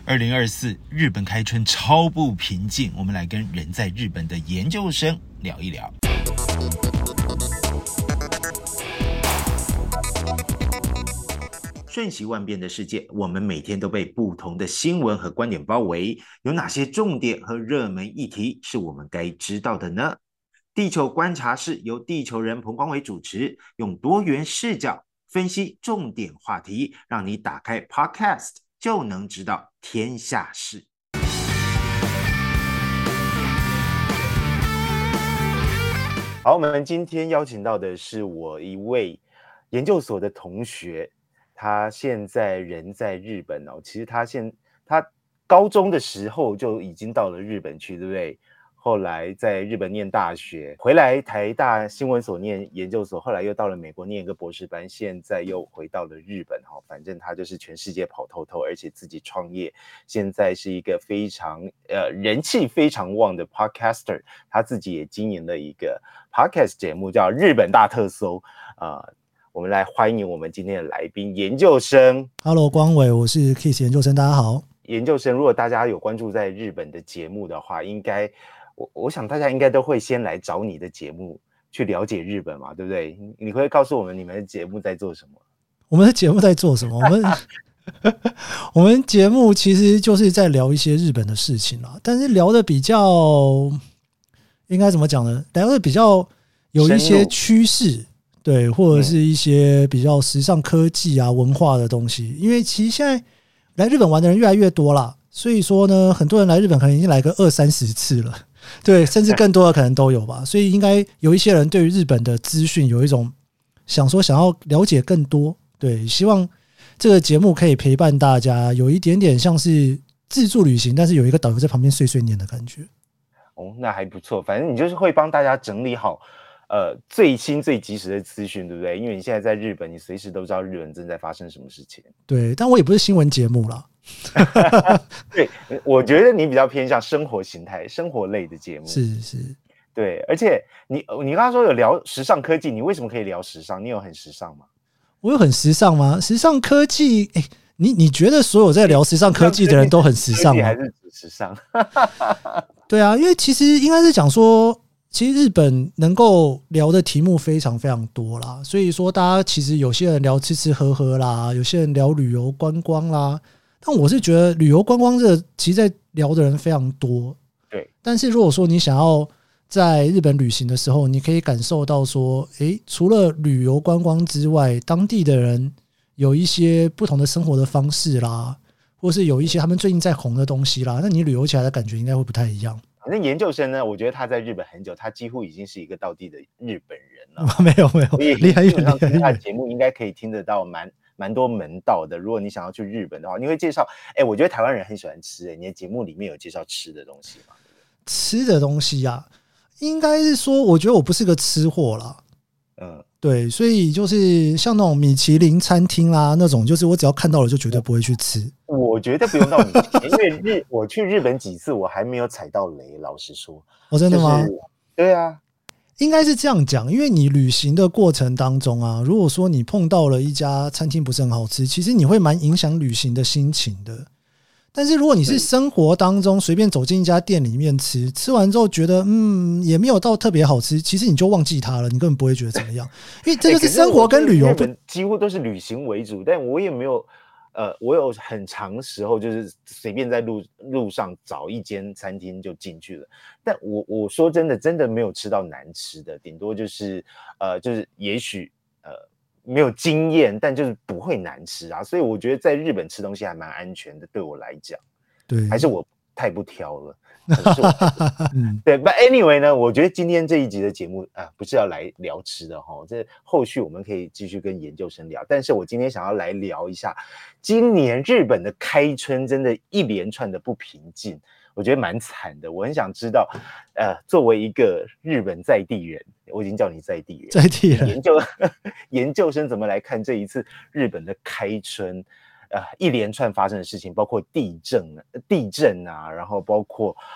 2024日本开春超不平静，我们来跟人在日本的研究生聊一聊。瞬息万变的世界，我们每天都被不同的新闻和观点包围，有哪些重点和热门议题是我们该知道的呢？地球观察室由地球人彭光伟主持，用多元视角分析重点话题，让你打开 Podcast 就能知道天下事。好，我们今天邀请到的是我一位研究所的同学，他现在人在日本哦。其实他高中的时候就已经到了日本去，对不对？后来在日本念大学，回来台大新闻所念研究所，后来又到了美国念一个博士班，现在又回到了日本。反正他就是全世界跑透透，而且自己创业，现在是一个非常人气非常旺的 podcaster， 他自己也经营了一个 podcast 节目叫日本大特搜。我们来欢迎我们今天的来宾研究生。 Hello 光伟，我是 Kiss 研究生，大家好。 研究生，如果大家有关注在日本的节目的话，应该我想大家应该都会先来找你的节目去了解日本嘛，对不对？你会告诉我们你们的节目在做什么？ 我们的节目在做什么？我们节目其实就是在聊一些日本的事情啦，但是聊的比较应该怎么讲呢？聊的比较有一些趋势，对，或者是一些比较时尚科技啊、文化的东西。因为其实现在来日本玩的人越来越多啦，所以说呢，很多人来日本可能已经来个20-30次了。对，甚至更多的可能都有吧，所以应该有一些人对于日本的资讯有一种想要了解更多。对，希望这个节目可以陪伴大家，有一点点像是自助旅行，但是有一个导游在旁边碎碎念的感觉。 哦，那还不错，反正你就是会帮大家整理好最新最及时的资讯，对不对？因为你现在在日本，你随时都知道日本正在发生什么事情。 对，但我也不是新闻节目啦。 对，我觉得你比较偏向生活形态、生活类的节目。 是， 对，而且你刚刚说有聊时尚科技，你为什么可以聊时尚？你有很时尚吗？ 我有很时尚吗？时尚科技，你觉得所有在聊时尚科技的人都很时尚吗？ 还是指时尚？ 对啊，因为其实应该是讲说，其实日本能够聊的题目非常非常多啦，所以说大家其实有些人聊吃吃喝喝啦，有些人聊旅游观光啦。但我是觉得旅游观光这个其实在聊的人非常多， 对。 但是如果说你想要在日本旅行的时候，你可以感受到说，除了旅游观光之外，当地的人有一些不同的生活的方式啦，或是有一些他们最近在红的东西啦，那你旅游起来的感觉应该会不太一样。 反正研究生呢，我觉得他在日本很久，他几乎已经是一个道地的日本人了。 没有，厉害， 基本上听他的节目应该可以听得到蛮多门道的。如果你想要去日本的话，你会介绍，我觉得台湾人很喜欢吃，你的节目里面有介绍吃的东西吗？ 吃的东西啊，应该是说，我觉得我不是个吃货啦。对，所以就是像那种米其林餐厅啦，那种就是我只要看到了就绝对不会去吃。 我觉得不用到米其林，因为我去日本几次，我还没有踩到雷。老实说， 真的吗？ 对啊， 应该是这样讲，因为你旅行的过程当中啊，如果说你碰到了一家餐厅不是很好吃，其实你会蛮影响旅行的心情的。但是如果你是生活当中随便走进一家店里面吃完之后觉得也没有到特别好吃，其实你就忘记它了，你根本不会觉得怎么样，因为这就是生活跟旅游几乎都是旅行为主，但我也没有我有很长时候就是随便在路上找一间餐厅就进去了，但我说真的没有吃到难吃的，顶多就是也许没有经验，但就是不会难吃啊，所以我觉得在日本吃东西还蛮安全的，对我来讲。 对， 还是我太不挑了。对 ，But anyway 呢，我觉得今天这一集的节目不是要来聊吃的哈，这后续我们可以继续跟研究生聊。但是我今天想要来聊一下，今年日本的开春真的一连串的不平静，我觉得蛮惨的。我很想知道，作为一个日本在地人，我已经叫你在地人，研究生怎么来看这一次日本的开春？一连串发生的事情，包括地震啊，然后包括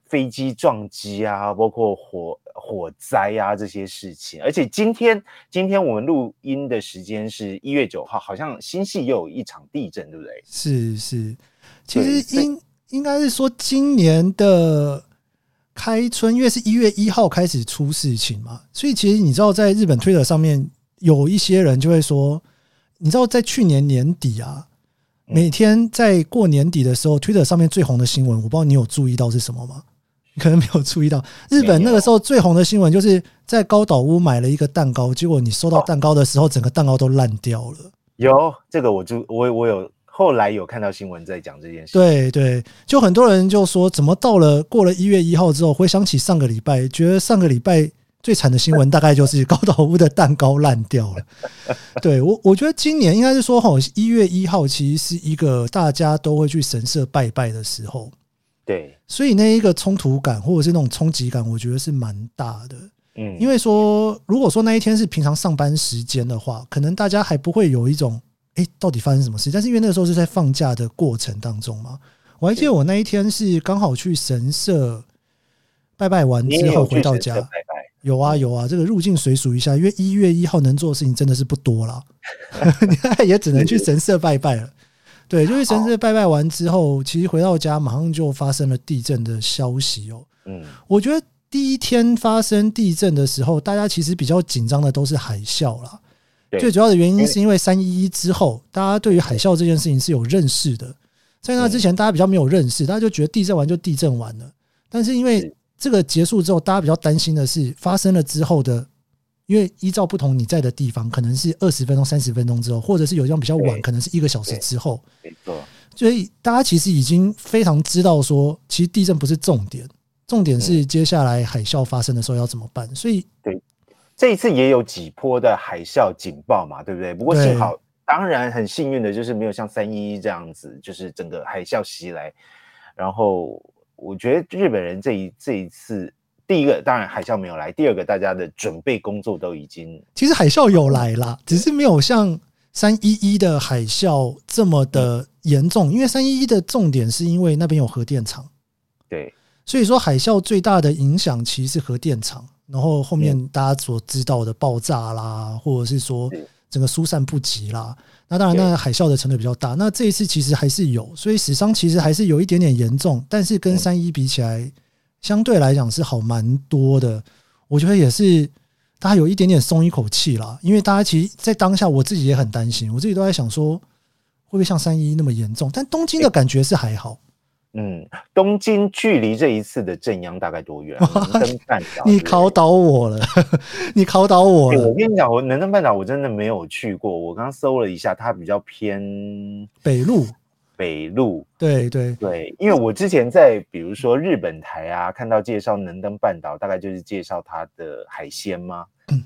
飞机撞击啊，包括火灾啊这些事情。而且今天我们录音的时间是1月9号，好像新系又有一场地震，对不对？ 是，其实应该是说今年的开春，因为是1月1号开始出事情嘛，所以其实你知道，在日本 Twitter 上面有一些人就会说，你知道在去年年底啊，每天在过年底的时候 ，Twitter 上面最红的新闻，我不知道你有注意到是什么吗？你可能没有注意到，日本那个时候最红的新闻就是在高岛屋买了一个蛋糕，结果你收到蛋糕的时候，整个蛋糕都烂掉了。 有这个我有后来有看到新闻在讲这件事。 对，就很多人就说，怎么过了1月1号之后，回想起上个礼拜，觉得上个礼拜最惨的新闻大概就是高岛屋的蛋糕烂掉了。对，我觉得今年应该是说1月1号其实是一个大家都会去神社拜拜的时候。 对， 所以那一个冲突感或者是那种冲击感，我觉得是蛮大的。因为说如果说那一天是平常上班时间的话，可能大家还不会有一种到底发生什么事，但是因为那个时候是在放假的过程当中嘛。我还记得我那一天是刚好去神社拜拜完之后回到家。有啊，这个入境随俗一下，因为1月1号能做的事情真的是不多啦你也只能去神社拜拜了。对，就是神社拜拜完之后，其实回到家马上就发生了地震的消息哦。我觉得第一天发生地震的时候，大家其实比较紧张的都是海啸啦。最主要的原因是因为311之后，大家对于海啸这件事情是有认识的。在那之前，大家比较没有认识，大家就觉得地震完就地震完了。但是因为这个结束之后，大家比较担心的是发生了之后的。因为依照不同你在的地方，可能是20分钟、30分钟之后，或者是有这样比较晚，可能是1个小时之后。 没错， 所以大家其实已经非常知道说，其实地震不是重点，重点是接下来海啸发生的时候要怎么办。所以， 对，这一次也有几波的海啸警报嘛，对不对？不过幸好，当然很幸运的就是没有像311这样子，就是整个海啸袭来。然后，我觉得日本人这一次。第一个当然海啸没有来，第二个大家的准备工作都已经…… 其实海啸有来啦，只是没有像311的海啸这么的严重，因为311的重点是因为那边有核电厂， 对， 所以说海啸最大的影响其实是核电厂，然后后面大家所知道的爆炸啦，或者是说整个疏散不及啦。那当然，那海啸的程度比较大。那这一次其实还是有，所以死伤其实还是有一点点严重，但是跟311比起来。相对来讲是好蛮多的，我觉得也是大家有一点点松一口气啦，因为大家其实在当下我自己也很担心，我自己都在想说会不会像311那么严重，但东京的感觉是还好。 东京距离这一次的震央大概多远？能登半岛你考倒我了你考倒我了。 我跟你讲，能登半岛我真的没有去过，我刚刚搜了一下，它比较偏北路。对， 因为我之前在比如说日本台啊看到介绍能登半岛，大概就是介绍它的海鲜吗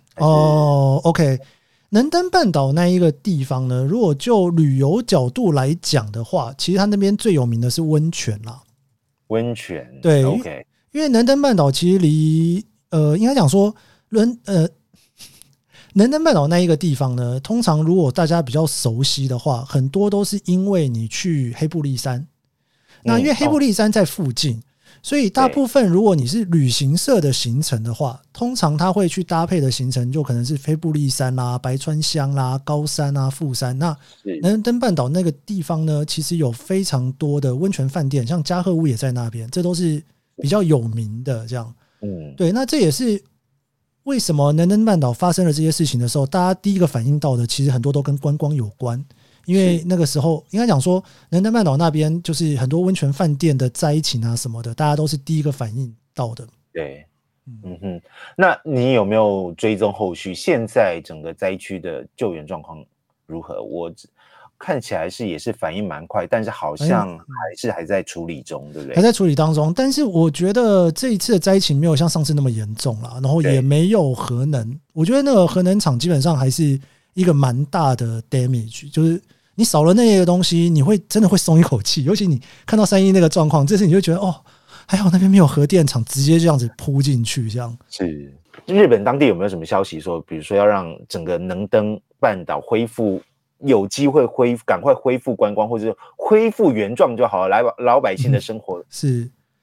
？OK， 能登半岛那一个地方呢，如果就旅游角度来讲的话，其实它那边最有名的是温泉啦。 温泉， 对 ，OK， 因为能登半岛其实离应该讲说能登半岛那一个地方呢，通常如果大家比较熟悉的话，很多都是因为你去黑布利山。那因为黑布利山在附近，所以大部分如果你是旅行社的行程的话，通常他会去搭配的行程就可能是黑布利山啦、白川乡啦、高山啊、富山。那能登半岛那个地方呢，其实有非常多的温泉饭店，像加贺屋也在那边，这都是比较有名的这样。对，那这也是。为什么能登半岛发生了这些事情的时候，大家第一个反应到的其实很多都跟观光有关，因为那个时候应该讲说能登半岛那边就是很多温泉饭店的灾情啊什么的，大家都是第一个反应到的。 对，那你有没有追踪后续现在整个灾区的救援状况如何？我看起来也是反应蛮快，但是好像还在处理中，对不对？ 还在处理当中，但是我觉得这一次的灾情没有像上次那么严重啦，然后也没有核能。我觉得那个核能厂基本上还是一个蛮大的 damage， 就是你少了那些东西，你会真的会松一口气。尤其你看到311那个状况，这次你就觉得还好那边没有核电厂，直接这样子扑进去，这样。 是日本当地有没有什么消息说，比如说要让整个能登半岛恢复？有机会赶快恢复观光，或者是恢复原状就好了，来老百姓的生活是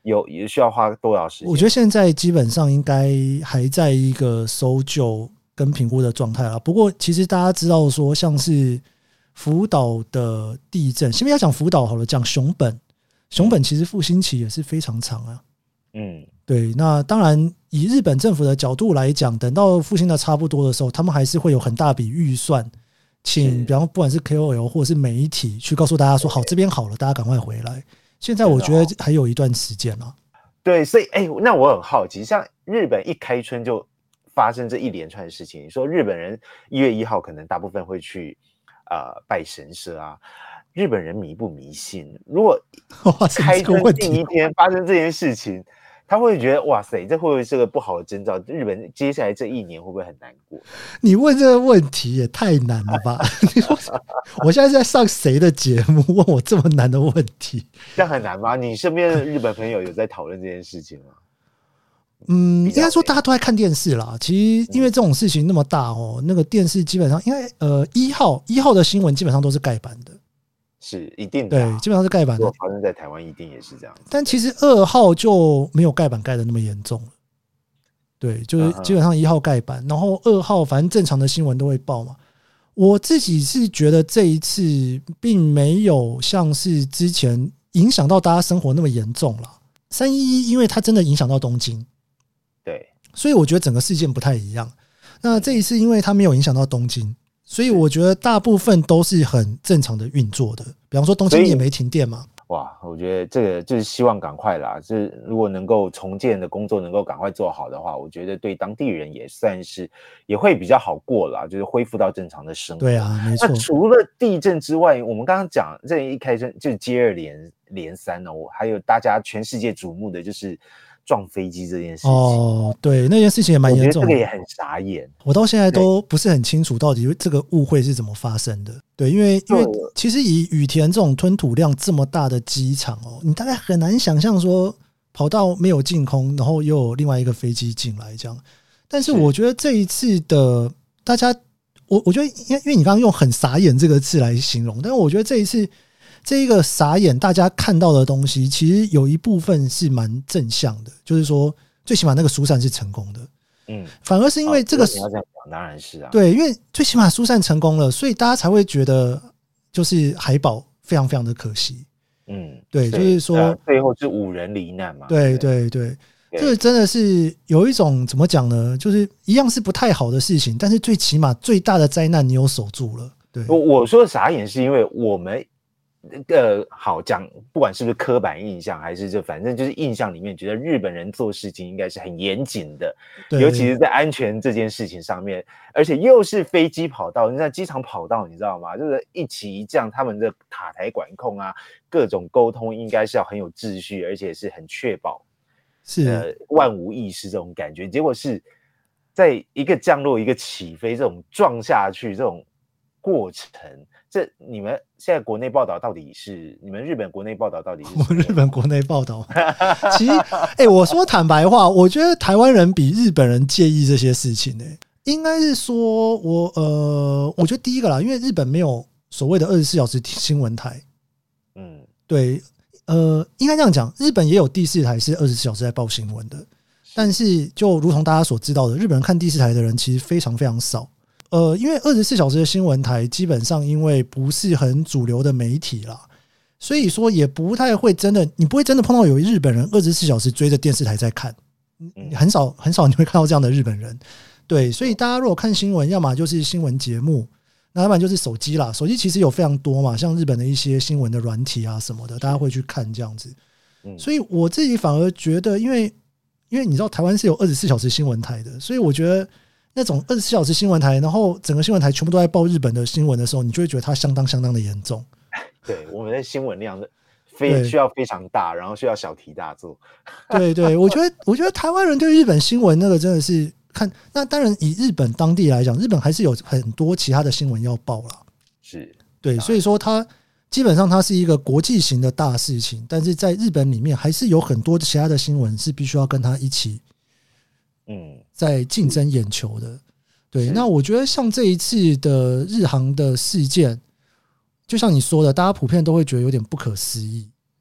也需要花多少时间？ 我觉得现在基本上应该还在一个搜救跟评估的状态啦。不过其实大家知道说，像是福岛的地震，先不要讲福岛好了，讲熊本其实复兴期也是非常长啊。对，那当然以日本政府的角度来讲，等到复兴的差不多的时候，他们还是会有很大笔预算，请比方不管是 KOL 或者是媒体去告诉大家说，好，这边好了，大家赶快回来。现在我觉得还有一段时间啊。 对，所以那我很好奇，像日本一开春就发生这一连串的事情，你说日本人1月1号可能大部分会去拜神社啊，日本人迷不迷信？如果开春第一天发生这件事情，他会觉得哇塞，这会不会是个不好的征兆？日本接下来这一年会不会很难过？ 你问这个问题也太难了吧！你说我现在是在上谁的节目？问我这么难的问题， 这样很难吗？你身边的日本朋友有在讨论这件事情吗？ 应该说大家都在看电视啦。其实因为这种事情那么大哦，那个电视基本上，因为1号的新闻基本上都是盖版的。 是一定的， 对，基本上是盖版的。 如果发生在台湾，一定也是这样。 但其实2号就没有盖版盖的那么严重了。对，就是基本上1号盖版，然后2号反正正常的新闻都会报嘛。我自己是觉得这一次并没有像是之前影响到大家生活那么严重了。311因为它真的影响到东京， 对， 所以我觉得整个事件不太一样。那这一次因为它没有影响到东京。所以我觉得大部分都是很正常的运作的，比方说东京也没停电嘛。 哇，我觉得这个就是希望赶快啦，就是如果能够重建的工作能够赶快做好的话，我觉得对当地人也算是也会比较好过啦，就是恢复到正常的生活。 对啊，没错。 那除了地震之外，我们刚刚讲这一开春就是接二连三哦，还有大家全世界瞩目的就是撞飞机这件事情。 哦，对，那件事情也蛮严重的， 我觉得这个也很傻眼。 我到现在都不是很清楚到底这个误会是怎么发生的。对，因为其实以羽田这种吞吐量这么大的机场哦，你大概很难想象说跑道没有净空，然后又有另外一个飞机进来这样。但是我觉得这一次的大家，我觉得因为你刚刚用很傻眼这个字来形容，但是我觉得这一次这一个傻眼大家看到的东西其实有一部分是蛮正向的，就是说最起码那个疏散是成功的。反而是因为这个你要这样讲当然是啊， 对，因为最起码疏散成功了，所以大家才会觉得就是海保非常非常的可惜。对，就是说最后是5人罹难嘛。 对对对，这个真的是有一种怎么讲呢，就是一样是不太好的事情，但是最起码最大的灾难你有守住了。对， 我说的傻眼是因为我们好讲，不管是不是刻板印象，还是反正就是印象里面觉得日本人做事情应该是很严谨的，尤其是在安全这件事情上面，而且又是飞机跑道，那机场跑道你知道吗？就是一起一降，他们的塔台管控啊，各种沟通应该是要很有秩序，而且是很确保是万无一失这种感觉。结果是在一个降落一个起飞这种撞下去这种过程，这你们现在国内报道到底是你们日本国内报道到底是？ 我日本国内报道，其实，我说坦白话，我觉得台湾人比日本人介意这些事情应该是说我觉得第一个啦，因为日本没有所谓的24小时新闻台，对，应该这样讲，日本也有第4台是24小时在报新闻的，但是就如同大家所知道的，日本人看第4台的人其实非常非常少。因为24小时的新闻台基本上因为不是很主流的媒体啦，所以说也不太会真的，你不会真的碰到有日本人24小时追着电视台在看，很少很少你会看到这样的日本人。对，所以大家如果看新闻，要么就是新闻节目，那要不然就是手机啦，手机其实有非常多嘛，像日本的一些新闻的软体啊什么的，大家会去看这样子。所以我自己反而觉得，因为你知道台湾是有24小时新闻台的，所以我觉得那种24小时新闻台，然后整个新闻台全部都在报日本的新闻的时候，你就会觉得它相当相当的严重。 对，我们的新闻量需要非常大，然后需要小题大做。 对对，我觉得台湾人对日本新闻那个真的是看，那当然以日本当地来讲，日本还是有很多其他的新闻要报啦。 是， 对，所以说它基本上它是一个国际型的大事情，但是在日本里面还是有很多其他的新闻是必须要跟它一起在竞争眼球的。对，那我觉得像这一次的日航的事件，就像你说的，大家普遍都会觉得有点不可思议，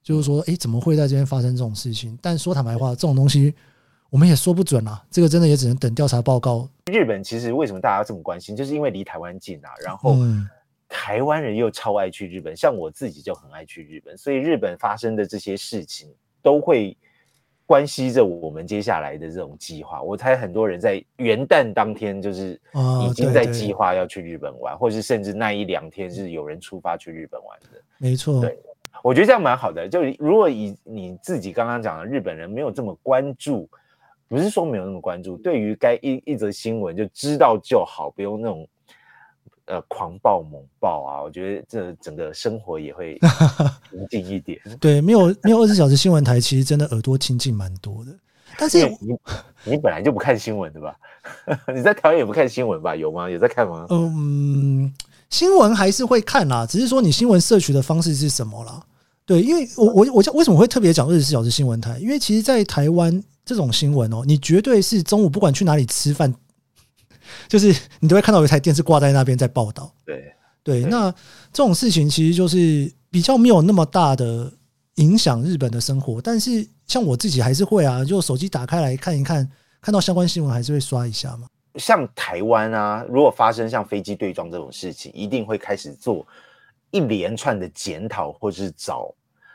就是说，怎么会在这边发生这种事情？但说坦白话，这种东西我们也说不准啦，这个真的也只能等调查报告。 日本其实为什么大家这么关心，就是因为离台湾近啊，然后台湾人又超爱去日本，像我自己就很爱去日本，所以日本发生的这些事情都会关系着我们接下来的这种计划。我猜很多人在元旦当天就是已经在计划要去日本玩，或是甚至那一两天是有人出发去日本玩的。 没错， 对，我觉得这样蛮好的。就如果以你自己刚刚讲的，日本人没有这么关注，不是说没有那么关注，对于该一则新闻就知道就好，不用那种狂暴猛暴啊。我觉得这整个生活也会平静一点。 对，没有24小时新闻台，其实真的耳朵清静蛮多的。但是你本来就不看新闻的吧？你在台湾也不看新闻吧？有吗？有在看吗？ 新闻还是会看啦，只是说你新闻摄取的方式是什么啦。对，因为我为什么会特别讲24小时新闻台？因为其实，在台湾这种新闻你绝对是中午不管去哪里吃饭，就是你都会看到有一台电视挂在那边在报道。对，那这种事情其实就是比较没有那么大的影响日本的生活，但是像我自己还是会啊，就手机打开来看一看，看到相关新闻还是会刷一下嘛。 像台湾啊，如果发生像飞机对撞这种事情，一定会开始做一连串的检讨，或是找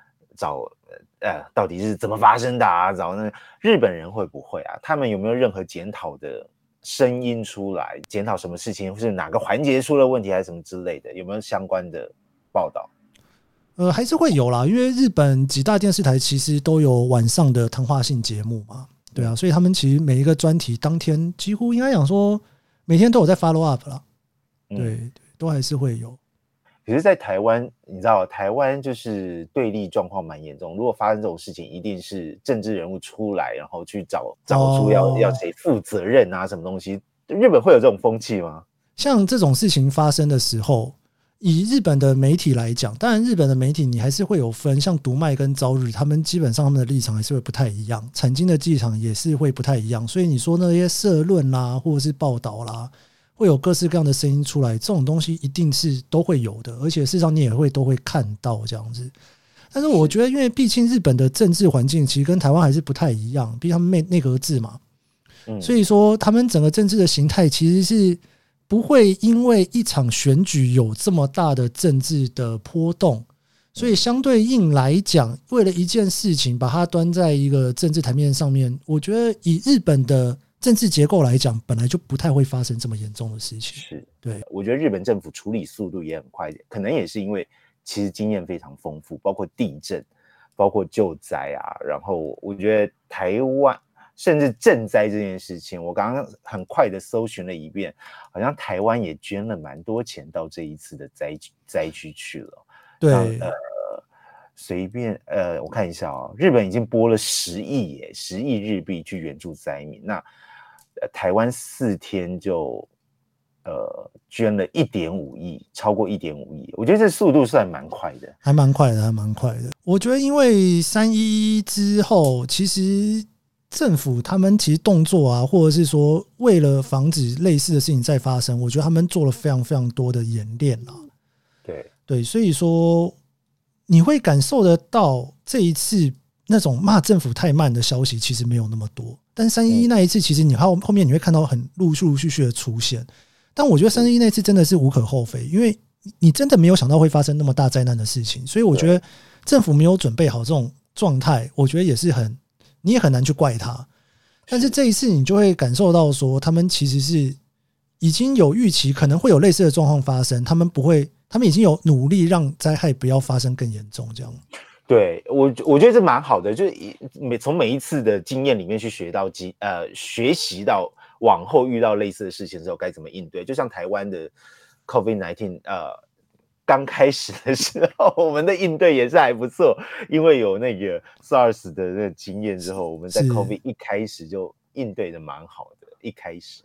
到底是怎么发生的啊？找那日本人会不会啊？他们有没有任何检讨的声音出来？检讨什么事情，或是哪个环节出了问题，还是什么之类的？有没有相关的报道？ 还是会有啦，因为日本几大电视台其实都有晚上的谈话性节目嘛，对啊，所以他们其实每一个专题当天几乎应该讲说每天都有在 follow up 啦，对，都还是会有。 可是，在台湾，你知道，台湾就是对立状况蛮严重。如果发生这种事情，一定是政治人物出来，然后去找出要谁负责任啊，什么东西？日本会有这种风气吗？ 像这种事情发生的时候，以日本的媒体来讲，当然日本的媒体你还是会有分，像读卖跟朝日，他们基本上他们的立场还是会不太一样，产经的立场也是会不太一样，所以你说那些社论啦，或者是报道啦，会有各式各样的声音出来，这种东西一定是都会有的，而且事实上你也都会看到这样子。但是我觉得，因为毕竟日本的政治环境其实跟台湾还是不太一样，毕竟他们内阁制嘛，所以说他们整个政治的形态其实是不会因为一场选举有这么大的政治的波动，所以相对应来讲，为了一件事情把它端在一个政治台面上面，我觉得以日本的政治结构来讲，本来就不太会发生这么严重的事情。 是， 对， 我觉得日本政府处理速度也很快，可能也是因为其实经验非常丰富，包括地震，包括救灾啊。然后我觉得台湾甚至赈灾这件事情，我刚刚很快的搜寻了一遍，好像台湾也捐了蛮多钱到这一次的灾区去了。 对， 随便我看一下哦，日本已经拨了10亿，10亿日币去援助灾民。那台湾4天就捐了1.5亿，超过1.5亿，我觉得这速度算蛮快的， 还蛮快的，还蛮快的。我觉得因为311之后，其实政府他们其实动作啊，或者是说为了防止类似的事情再发生，我觉得他们做了非常非常多的演练啦。对，所以说你会感受得到这一次那种骂政府太慢的消息其实没有那么多，但311那一次其实你后面你会看到很陆续的出现。但我觉得311那次真的是无可厚非，因为你真的没有想到会发生那么大灾难的事情，所以我觉得政府没有准备好这种状态，我觉得也是你也很难去怪他。但是这一次你就会感受到说，他们其实是已经有预期可能会有类似的状况发生，他们已经有努力让灾害不要发生更严重这样。 对，我觉得这蛮好的，就是从每一次的经验里面去学习到往后遇到类似的事情的时候该怎么应对。就像台湾的 COVID-19 刚开始的时候，我们的应对也是还不错，因为有那个 SARS 的那个经验之后，我们在 COVID 一开始就应对的蛮好的，一开始，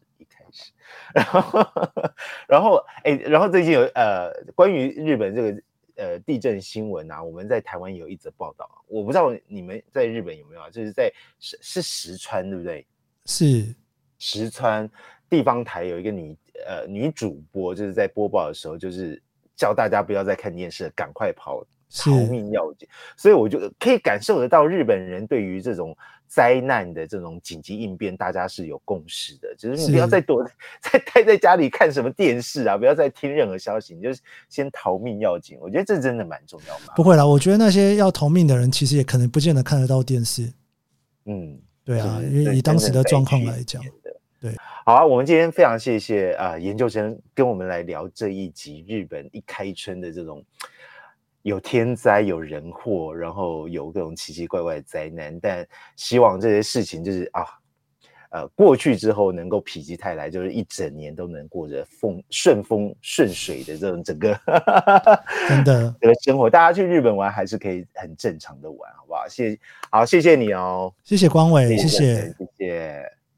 然后最近有关于日本这个地震新闻啊，我们在台湾有一则报道，我不知道你们在日本有没有啊？就是是石川对不对？ 是石川地方台有一个女主播，就是在播报的时候，就是叫大家不要再看电视了，赶快跑逃命要紧。所以我就可以感受得到日本人对于这种灾难的这种紧急应变，大家是有共识的。就是你不要再待在家里看什么电视啊，不要再听任何消息，你就先逃命要紧。我觉得这真的蛮重要嘛。 不会啦，我觉得那些要逃命的人，其实也可能不见得看得到电视。对啊，因为以当时的状况来讲，对。 好啊，我们今天非常谢谢研究生跟我们来聊这一集日本一开春的这种有天灾有人祸，然后有各种奇奇怪怪的灾难，但希望这些事情就是过去之后能够否极泰来，就是一整年都能过着顺风顺水的这种整个真的这个生活。大家去日本玩还是可以很正常的玩，好不好？谢谢你哦， 谢谢光伟，谢谢。 谢谢。